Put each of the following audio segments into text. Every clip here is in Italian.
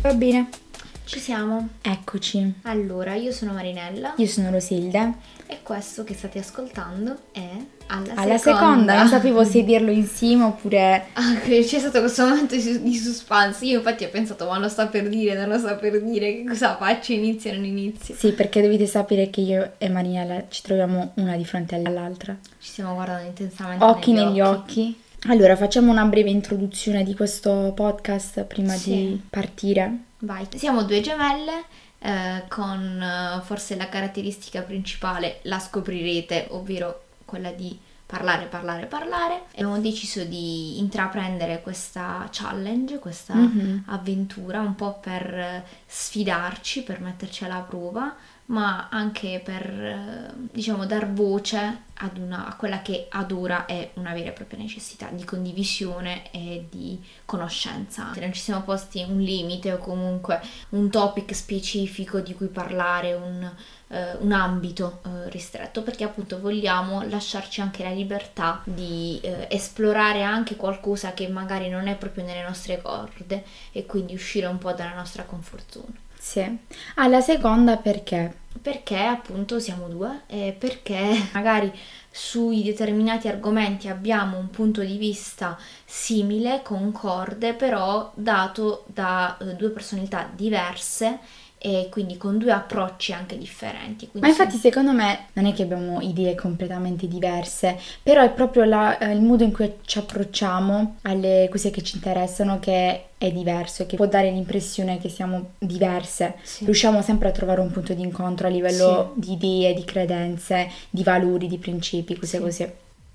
Va bene. Ci siamo. Eccoci. Allora, io sono Marinella. Io sono Rosilde. E questo che state ascoltando è Alla seconda. Non sapevo se dirlo insieme oppure... c'è stato questo momento di suspense. Io infatti ho pensato, ma lo sta per dire, non lo sta per dire. Che cosa faccio? Inizio o non inizio? Sì, perché dovete sapere che io e Marinella ci troviamo una di fronte all'altra. Ci stiamo guardando intensamente Occhi negli occhi. Allora, facciamo una breve introduzione di questo podcast prima di partire. Vai. Siamo due gemelle con forse la caratteristica principale, la scoprirete, ovvero quella di parlare. Abbiamo deciso di intraprendere questa challenge, questa avventura, un po' per sfidarci, per metterci alla prova, ma anche per, diciamo, dar voce a quella che ad ora è una vera e propria necessità di condivisione e di conoscenza. Non ci siamo posti un limite o comunque un topic specifico di cui parlare, un ambito ristretto, perché appunto vogliamo lasciarci anche la libertà di esplorare anche qualcosa che magari non è proprio nelle nostre corde e quindi uscire un po' dalla nostra comfort zone. Sì. Alla seconda perché? Perché appunto siamo due e perché magari sui determinati argomenti abbiamo un punto di vista simile, concorde, però dato da due personalità diverse e quindi con due approcci anche differenti. Quindi ma infatti secondo me non è che abbiamo idee completamente diverse, però è proprio il modo in cui ci approcciamo alle cose che ci interessano che è diverso e che può dare l'impressione che siamo diverse. Sì. Riusciamo sempre a trovare un punto di incontro a livello di idee, di credenze, di valori, di principi, cose così.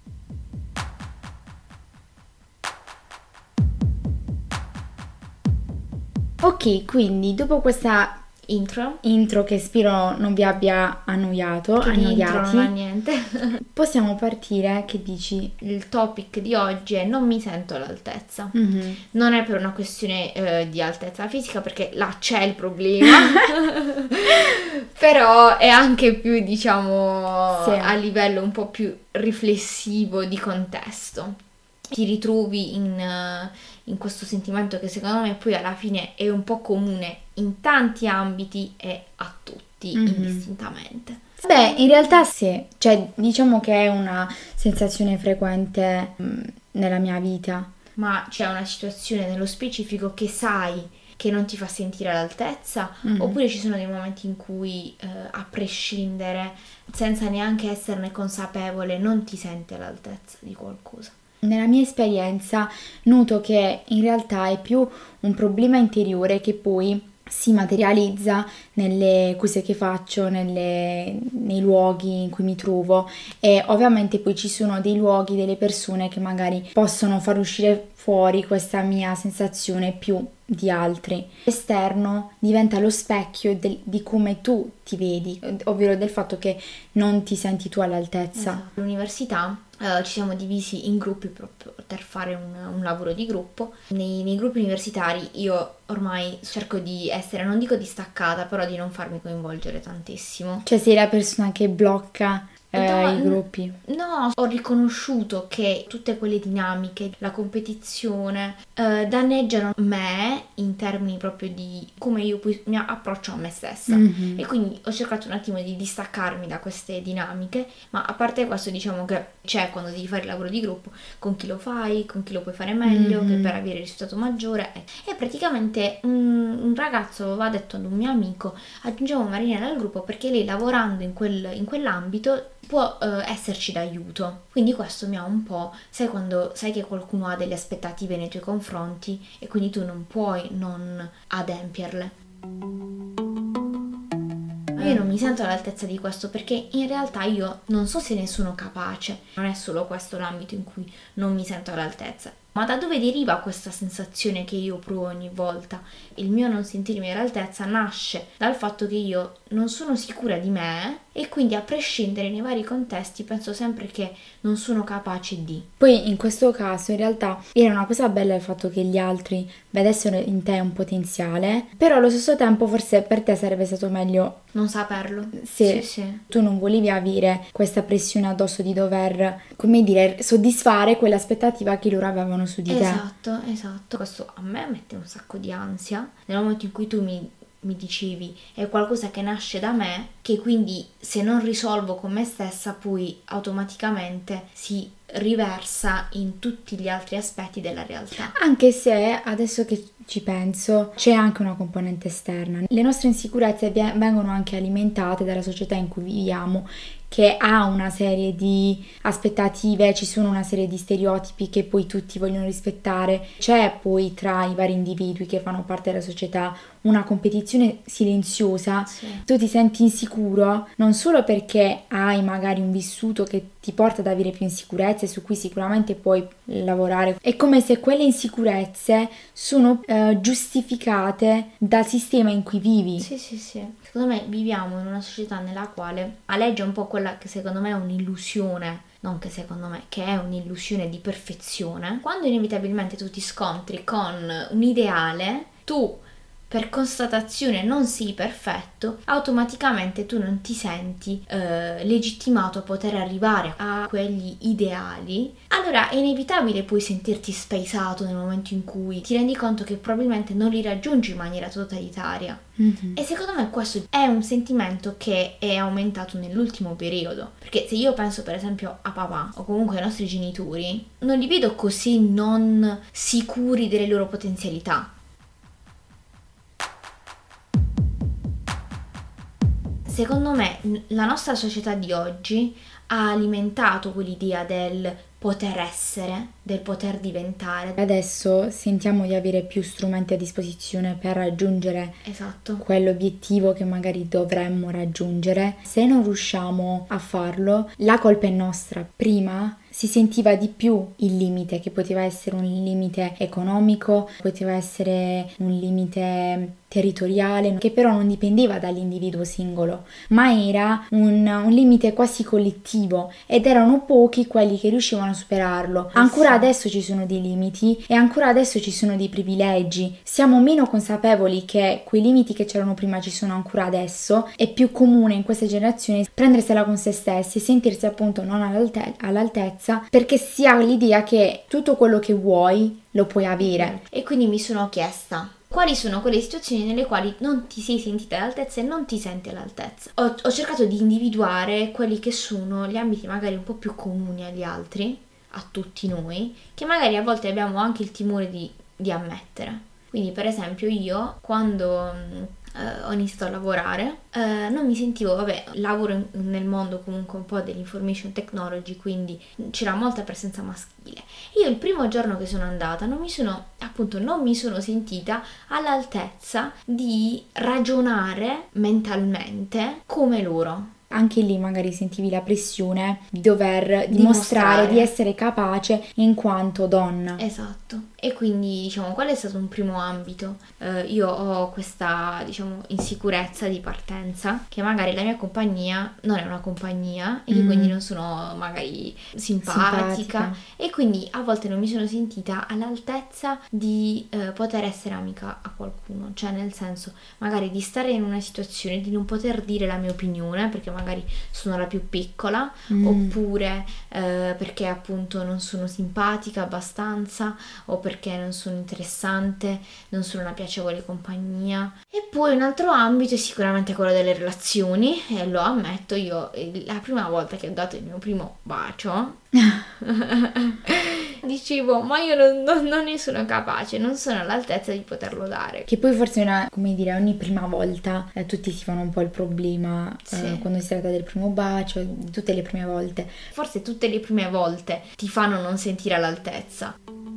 Ok, quindi dopo questa intro che spero non vi abbia annoiato, che annoiati, non ha niente. Possiamo partire. Che dici? Il topic di oggi è non mi sento all'altezza. Non è per una questione di altezza fisica, perché là c'è il problema, però è anche più, diciamo, a livello un po' più riflessivo di contesto. Ti ritrovi in questo sentimento che secondo me poi alla fine è un po' comune in tanti ambiti e a tutti indistintamente. Beh, in realtà sì, cioè diciamo che è una sensazione frequente nella mia vita. Ma c'è una situazione nello specifico che sai che non ti fa sentire all'altezza, oppure ci sono dei momenti in cui a prescindere, senza neanche esserne consapevole, non ti senti all'altezza di qualcosa? Nella mia esperienza noto che in realtà è più un problema interiore che poi si materializza nelle cose che faccio, nei luoghi in cui mi trovo, e ovviamente poi ci sono dei luoghi, delle persone che magari possono far uscire fuori questa mia sensazione più di altri. L'esterno diventa lo specchio di come tu ti vedi, ovvero del fatto che non ti senti tu all'altezza. Esatto. All'università ci siamo divisi in gruppi proprio per fare un lavoro di gruppo. Nei gruppi universitari io ormai cerco di essere, non dico distaccata, però di non farmi coinvolgere tantissimo. Cioè sei la persona che blocca i gruppi? No, ho riconosciuto che tutte quelle dinamiche, la competizione, danneggiano me in termini proprio di come io poi mi approccio a me stessa. E quindi ho cercato un attimo di distaccarmi da queste dinamiche, ma a parte questo diciamo che c'è, quando devi fare il lavoro di gruppo, con chi lo fai, con chi lo puoi fare meglio, che per avere il risultato maggiore. E praticamente un ragazzo aveva detto ad un mio amico: aggiungiamo Marinella al gruppo perché lei, lavorando in quell'ambito, può esserci d'aiuto. Quindi questo mi ha un po', sai quando sai che qualcuno ha delle aspettative nei tuoi confronti e quindi tu non puoi non adempierle. Io non mi sento all'altezza di questo, perché in realtà io non so se ne sono capace. Non è solo questo l'ambito in cui non mi sento all'altezza. Ma da dove deriva questa sensazione che io provo ogni volta? Il mio non sentirmi all'altezza nasce dal fatto che io non sono sicura di me e quindi, a prescindere nei vari contesti, penso sempre che non sono capace di. Poi in questo caso in realtà era una cosa bella il fatto che gli altri vedessero in te un potenziale, però allo stesso tempo forse per te sarebbe stato meglio non saperlo. Se tu non volevi avere questa pressione addosso di dover, come dire, soddisfare quell'aspettativa che loro avevano su di te. Esatto. Questo a me mette un sacco di ansia. Nel momento in cui tu mi dicevi è qualcosa che nasce da me, che quindi se non risolvo con me stessa poi automaticamente si riversa in tutti gli altri aspetti della realtà. Anche se adesso che ci penso c'è anche una componente esterna. Le nostre insicurezze vengono anche alimentate dalla società in cui viviamo, che ha una serie di aspettative, ci sono una serie di stereotipi che poi tutti vogliono rispettare. C'è poi tra i vari individui che fanno parte della società una competizione silenziosa. Sì. Tu ti senti insicuro non solo perché hai magari un vissuto che ti porta ad avere più insicurezze su cui sicuramente puoi lavorare. È come se quelle insicurezze sono giustificate dal sistema in cui vivi. Sì. Secondo me viviamo in una società nella quale aleggia un po' quella che secondo me è un'illusione, non che secondo me, che è un'illusione di perfezione. Quando inevitabilmente tu ti scontri con un ideale, tu per constatazione non sii perfetto, automaticamente tu non ti senti legittimato a poter arrivare a quegli ideali. Allora è inevitabile poi sentirti spaesato nel momento in cui ti rendi conto che probabilmente non li raggiungi in maniera totalitaria. E secondo me questo è un sentimento che è aumentato nell'ultimo periodo, perché se io penso per esempio a papà o comunque ai nostri genitori, non li vedo così non sicuri delle loro potenzialità. Secondo me la nostra società di oggi ha alimentato quell'idea del poter essere, del poter diventare. Adesso sentiamo di avere più strumenti a disposizione per raggiungere quell'obiettivo che magari dovremmo raggiungere. Se non riusciamo a farlo, la colpa è nostra. Prima si sentiva di più il limite, che poteva essere un limite economico, poteva essere un limite territoriale, che però non dipendeva dall'individuo singolo, ma era un limite quasi collettivo ed erano pochi quelli che riuscivano a superarlo. Ancora adesso ci sono dei limiti e ancora adesso ci sono dei privilegi. Siamo meno consapevoli che quei limiti che c'erano prima ci sono ancora adesso. È più comune in queste generazioni prendersela con se stessi, sentirsi appunto non all'altezza, perché si ha l'idea che tutto quello che vuoi lo puoi avere. E quindi mi sono chiesta quali sono quelle situazioni nelle quali non ti sei sentita all'altezza e non ti senti all'altezza. Ho cercato di individuare quelli che sono gli ambiti magari un po' più comuni agli altri, a tutti noi, che magari a volte abbiamo anche il timore di ammettere. Quindi per esempio io quando ho iniziato a lavorare non mi sentivo, lavoro nel mondo comunque un po' dell'information technology, quindi c'era molta presenza maschile. Io il primo giorno che sono andata non mi sono sentita all'altezza di ragionare mentalmente come loro. Anche lì magari sentivi la pressione di dover dimostrare di essere capace in quanto donna. Esatto. E quindi diciamo quello è stato un primo ambito. Io ho questa insicurezza di partenza, che magari la mia compagnia non è una compagnia e quindi non sono magari simpatica e quindi a volte non mi sono sentita all'altezza di poter essere amica a qualcuno, cioè nel senso magari di stare in una situazione di non poter dire la mia opinione perché magari sono la più piccola oppure perché appunto non sono simpatica abbastanza o perché non sono interessante, non sono una piacevole compagnia. E poi un altro ambito è sicuramente quello delle relazioni e lo ammetto, io la prima volta che ho dato il mio primo bacio dicevo ma io non ne sono capace, non sono all'altezza di poterlo dare. Che poi forse ogni prima volta tutti si fanno un po' il problema quando si tratta del primo bacio, tutte le prime volte. Forse tutte le prime volte ti fanno non sentire all'altezza.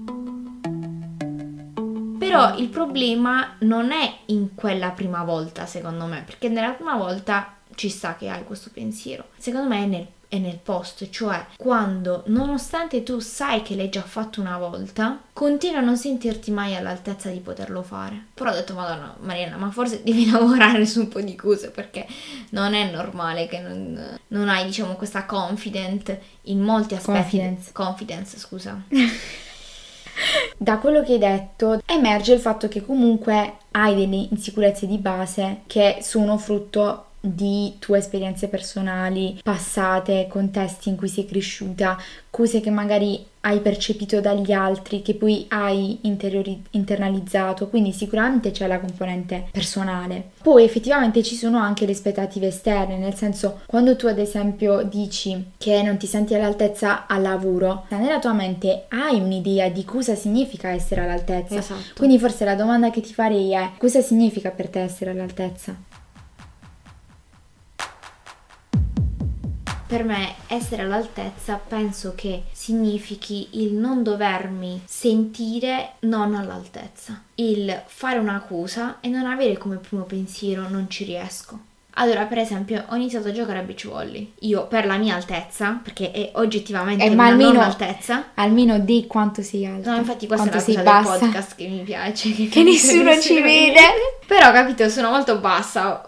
Però il problema non è in quella prima volta, secondo me, perché nella prima volta ci sta che hai questo pensiero. Secondo me è nel post, cioè quando, nonostante tu sai che l'hai già fatto una volta, continui a non sentirti mai all'altezza di poterlo fare. Però ho detto, Madonna, Marianna, ma forse devi lavorare su un po' di cose, perché non è normale che non hai, questa confidence in molti aspetti. Confidence, scusa. Da quello che hai detto emerge il fatto che comunque hai delle insicurezze di base che sono frutto di tue esperienze personali passate, contesti in cui sei cresciuta, cose che magari hai percepito dagli altri, che poi hai internalizzato, quindi sicuramente c'è la componente personale. Poi effettivamente ci sono anche le aspettative esterne, nel senso, quando tu ad esempio dici che non ti senti all'altezza al lavoro, nella tua mente hai un'idea di cosa significa essere all'altezza. Esatto. Quindi forse la domanda che ti farei è: cosa significa per te essere all'altezza? Per me essere all'altezza penso che significhi il non dovermi sentire non all'altezza, il fare una cosa e non avere come primo pensiero non ci riesco. Allora, per esempio, ho iniziato a giocare a beach volley. Io, per la mia altezza, perché è oggettivamente ma una almeno, non altezza. almano di quanto sei alta. No, infatti questa quanto è la sei cosa del bassa. podcast che mi piace. Che nessuno ci vede. Però, capito, sono molto bassa.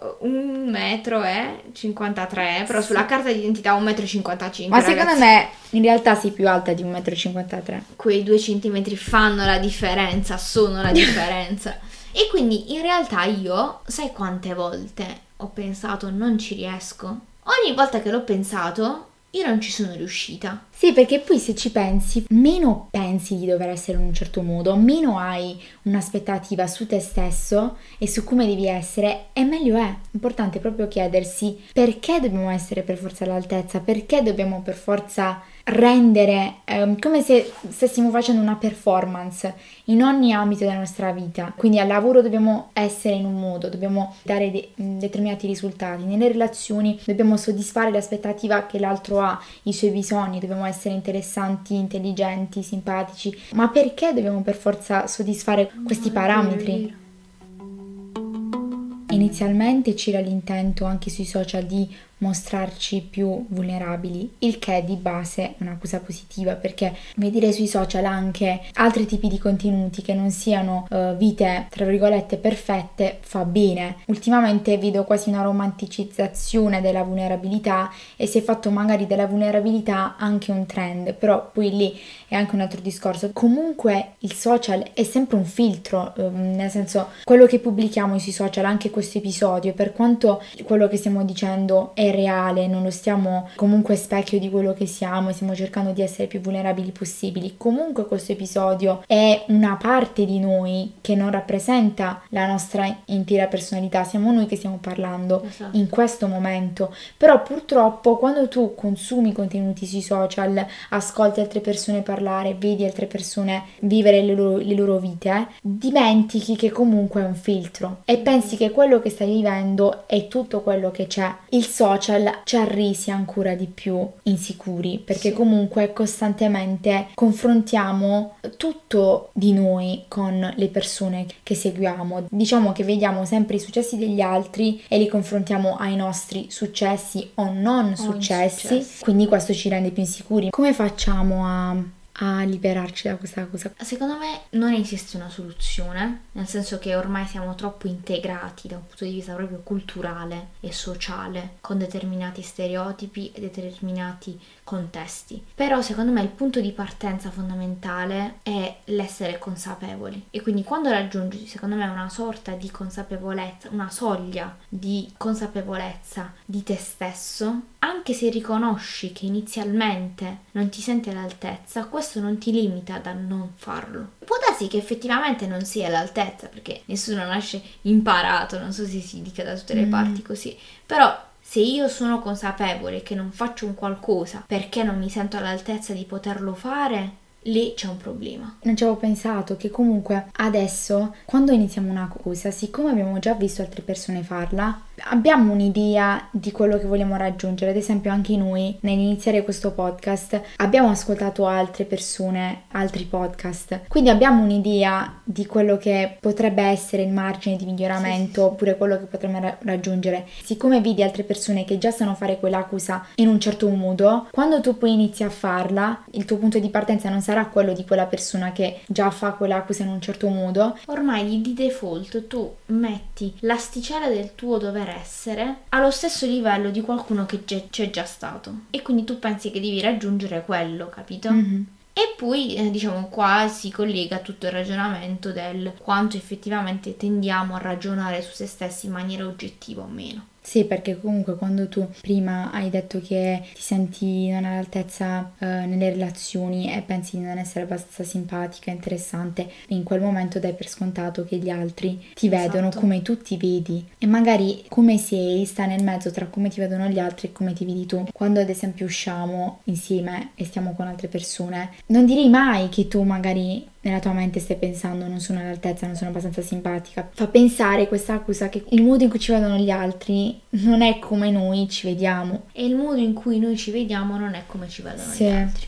1,53 m, però sulla carta d'identità 1,55 m. Ma secondo me, in realtà sei più alta di 1,53 m. Quei 2 centimetri fanno la differenza, sono la differenza. E quindi, in realtà, io, sai quante volte ho pensato non ci riesco? Ogni volta che l'ho pensato, io non ci sono riuscita. Sì, perché poi se ci pensi, meno pensi di dover essere in un certo modo, meno hai un'aspettativa su te stesso e su come devi essere, e meglio è. Importante proprio chiedersi perché dobbiamo essere per forza all'altezza, perché dobbiamo per forza rendere come se stessimo facendo una performance in ogni ambito della nostra vita. Quindi al lavoro dobbiamo essere in un modo, dobbiamo dare determinati risultati, nelle relazioni dobbiamo soddisfare l'aspettativa che l'altro ha, i suoi bisogni, dobbiamo essere interessanti, intelligenti, simpatici. Ma perché dobbiamo per forza soddisfare questi parametri? Inizialmente c'era l'intento anche sui social di mostrarci più vulnerabili, il che di base è una cosa positiva, perché vedere sui social anche altri tipi di contenuti che non siano vite tra virgolette perfette fa bene. Ultimamente vedo quasi una romanticizzazione della vulnerabilità e si è fatto magari della vulnerabilità anche un trend, però poi lì è anche un altro discorso. Comunque il social è sempre un filtro, nel senso, quello che pubblichiamo sui social, anche questo episodio, per quanto quello che stiamo dicendo è reale, non lo stiamo comunque specchio di quello che siamo e stiamo cercando di essere più vulnerabili possibili, comunque questo episodio è una parte di noi che non rappresenta la nostra intera personalità, siamo noi che stiamo parlando in questo momento. Però purtroppo quando tu consumi contenuti sui social, ascolti altre persone parlare, vedi altre persone vivere le loro vite, dimentichi che comunque è un filtro e pensi che quello che stai vivendo è tutto quello che c'è. Il social ci ha resi ancora di più insicuri, perché comunque costantemente confrontiamo tutto di noi con le persone che seguiamo. Diciamo che vediamo sempre i successi degli altri e li confrontiamo ai nostri successi o non successi, quindi questo ci rende più insicuri. Come facciamo a liberarci da questa cosa? Secondo me non esiste una soluzione, nel senso che ormai siamo troppo integrati da un punto di vista proprio culturale e sociale con determinati stereotipi e determinati contesti. Però secondo me il punto di partenza fondamentale è l'essere consapevoli, e quindi quando raggiungi secondo me una sorta di consapevolezza, una soglia di consapevolezza di te stesso, anche se riconosci che inizialmente non ti senti all'altezza, questo non ti limita da non farlo. Può darsi che effettivamente non sia all'altezza, perché nessuno nasce imparato, non so se si dica da tutte le parti così, però se io sono consapevole che non faccio un qualcosa perché non mi sento all'altezza di poterlo fare, lì c'è un problema. Non ci avevo pensato che comunque adesso, quando iniziamo una cosa, siccome abbiamo già visto altre persone farla, abbiamo un'idea di quello che vogliamo raggiungere. Ad esempio anche noi, nell'iniziare questo podcast, abbiamo ascoltato altre persone, altri podcast, quindi abbiamo un'idea di quello che potrebbe essere il margine di miglioramento, oppure quello che potremmo raggiungere. Siccome vedi altre persone che già sanno fare quella cosa in un certo modo, quando tu poi inizi a farla, il tuo punto di partenza non sarà quello di quella persona che già fa quella cosa in un certo modo. Ormai di default tu metti l'asticella del tuo dover essere allo stesso livello di qualcuno che c'è già stato, e quindi tu pensi che devi raggiungere quello, capito? E poi diciamo qua si collega tutto il ragionamento del quanto effettivamente tendiamo a ragionare su se stessi in maniera oggettiva o meno. Sì, perché comunque quando tu prima hai detto che ti senti non all'altezza nelle relazioni e pensi di non essere abbastanza simpatica, interessante, in quel momento dai per scontato che gli altri ti vedono Esatto. come tu ti vedi e magari come sei sta nel mezzo tra come ti vedono gli altri e come ti vedi tu. Quando ad esempio usciamo insieme e stiamo con altre persone, non direi mai che tu magari nella tua mente stai pensando non sono all'altezza, non sono abbastanza simpatica. Fa pensare questa cosa che il modo in cui ci vedono gli altri non è come noi ci vediamo. E il modo in cui noi ci vediamo non è come ci vedono Sì. gli altri.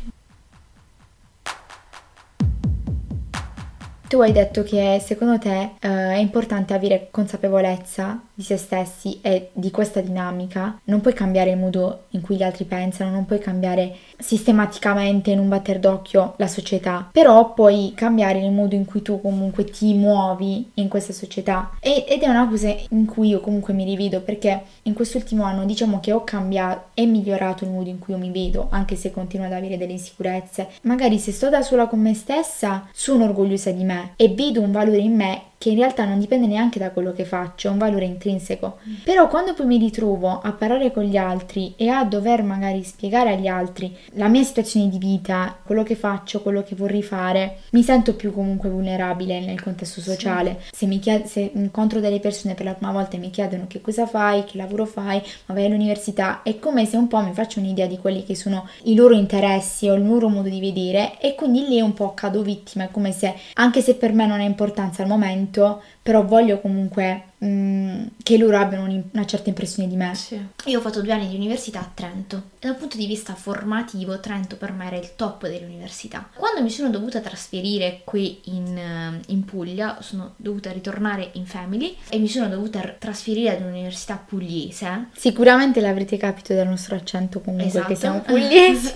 Tu hai detto che secondo te è importante avere consapevolezza di se stessi e di questa dinamica. Non puoi cambiare il modo in cui gli altri pensano, non puoi cambiare sistematicamente in un batter d'occhio la società, però puoi cambiare il modo in cui tu comunque ti muovi in questa società. Ed è una cosa in cui io comunque mi rivedo, perché in quest'ultimo anno diciamo che ho cambiato e migliorato il modo in cui io mi vedo, anche se continuo ad avere delle insicurezze. Magari se sto da sola con me stessa sono orgogliosa di me e vedo un valore in me che in realtà non dipende neanche da quello che faccio, è un valore intrinseco. Però quando poi mi ritrovo a parlare con gli altri e a dover magari spiegare agli altri la mia situazione di vita, quello che faccio, quello che vorrei fare, mi sento più comunque vulnerabile nel contesto sociale. Sì. Se incontro delle persone per la prima volta e mi chiedono che cosa fai, che lavoro fai, ma vai all'università, è come se un po' mi faccio un'idea di quelli che sono i loro interessi o il loro modo di vedere e quindi lì un po' cado vittima, è come se, anche se per me non ha importanza al momento, però voglio comunque che loro abbiano una certa impressione di me. Sì. Io ho fatto 2 anni di università a Trento e dal punto di vista formativo Trento per me era il top delle università. Quando mi sono dovuta trasferire qui in Puglia, sono dovuta ritornare in family e mi sono dovuta trasferire ad un'università pugliese. Sicuramente l'avrete capito dal nostro accento comunque, esatto, che siamo pugliesi.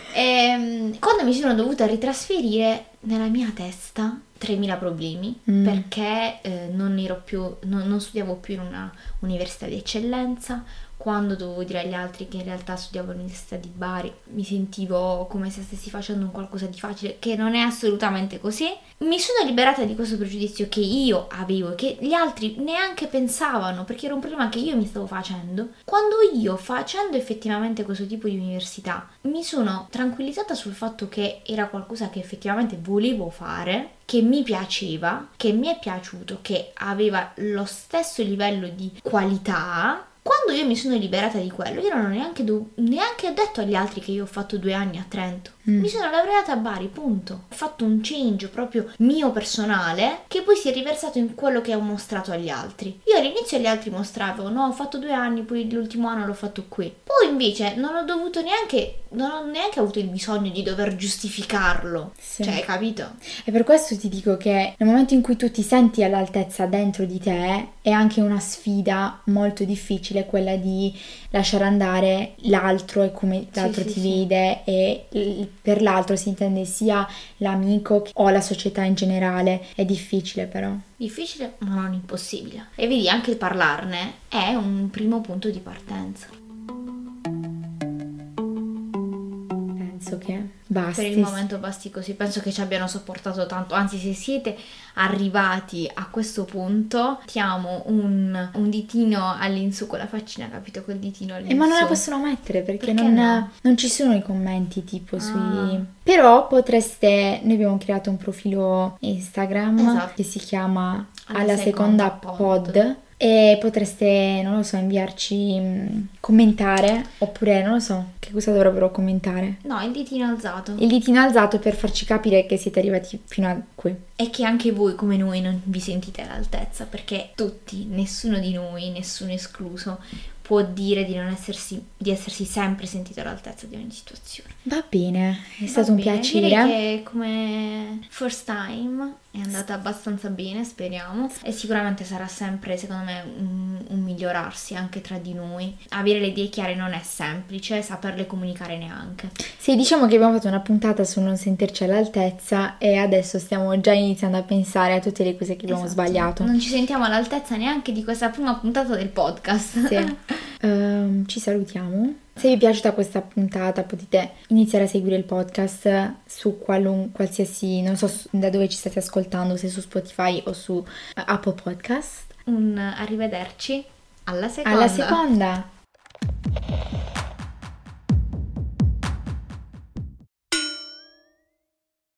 E quando mi sono dovuta ritrasferire, nella mia testa 3.000 problemi perché non studiavo più in una università di eccellenza. Quando dovevo dire agli altri che in realtà studiavo all'università di Bari, mi sentivo come se stessi facendo un qualcosa di facile, che non è assolutamente così. Mi sono liberata di questo pregiudizio che io avevo e che gli altri neanche pensavano, perché era un problema che io mi stavo facendo. Quando io, facendo effettivamente questo tipo di università, mi sono tranquillizzata sul fatto che era qualcosa che effettivamente volevo fare, che mi piaceva, che mi è piaciuto, che aveva lo stesso livello di qualità. Quando io mi sono liberata di quello, io non ho neanche detto agli altri che io ho fatto 2 anni a Trento. Mi sono laureata a Bari, punto. Ho fatto un change proprio mio personale che poi si è riversato in quello che ho mostrato agli altri. Io all'inizio agli altri mostravo, no, ho fatto 2 anni, poi l'ultimo anno l'ho fatto qui. Poi invece non ho neanche avuto il bisogno di dover giustificarlo. Sì. Cioè, hai capito? E per questo ti dico che nel momento in cui tu ti senti all'altezza dentro di te è anche una sfida molto difficile quella di lasciare andare l'altro e come l'altro ti vede e per l'altro si intende sia l'amico o la società in generale. È difficile però. Difficile ma non impossibile. E vedi, anche il parlarne è un primo punto di partenza. Penso che basti. Per il momento basti così, penso che ci abbiano sopportato tanto, anzi se siete arrivati a questo punto mettiamo un ditino all'insù con la faccina, capito? Quel ditino all'insù. Ma non la possono mettere perché no? Non ci sono i commenti tipo sui... Però potreste... Noi abbiamo creato un profilo Instagram che si chiama Alla Seconda Pod. E potreste, non lo so, inviarci commentare oppure non lo so che cosa dovrebbero commentare. No, il ditino alzato. Il ditino alzato per farci capire che siete arrivati fino a qui. E che anche voi come noi non vi sentite all'altezza, perché tutti, nessuno di noi, nessuno escluso, può dire di essersi sempre sentito all'altezza di ogni situazione. Va bene, è stato un piacere. Direi che come first time è andata abbastanza bene, speriamo, e sicuramente sarà sempre, secondo me, un migliorarsi anche tra di noi. Avere le idee chiare non è semplice, saperle comunicare neanche. Sì, diciamo che abbiamo fatto una puntata su non sentirci all'altezza e adesso stiamo già iniziando a pensare a tutte le cose che abbiamo sbagliato. Non ci sentiamo all'altezza neanche di questa prima puntata del podcast. Sì. Ci salutiamo. Se vi è piaciuta questa puntata potete iniziare a seguire il podcast su qualsiasi, non so da dove ci state ascoltando, se su Spotify o su Apple Podcast. Un arrivederci Alla seconda! Alla seconda!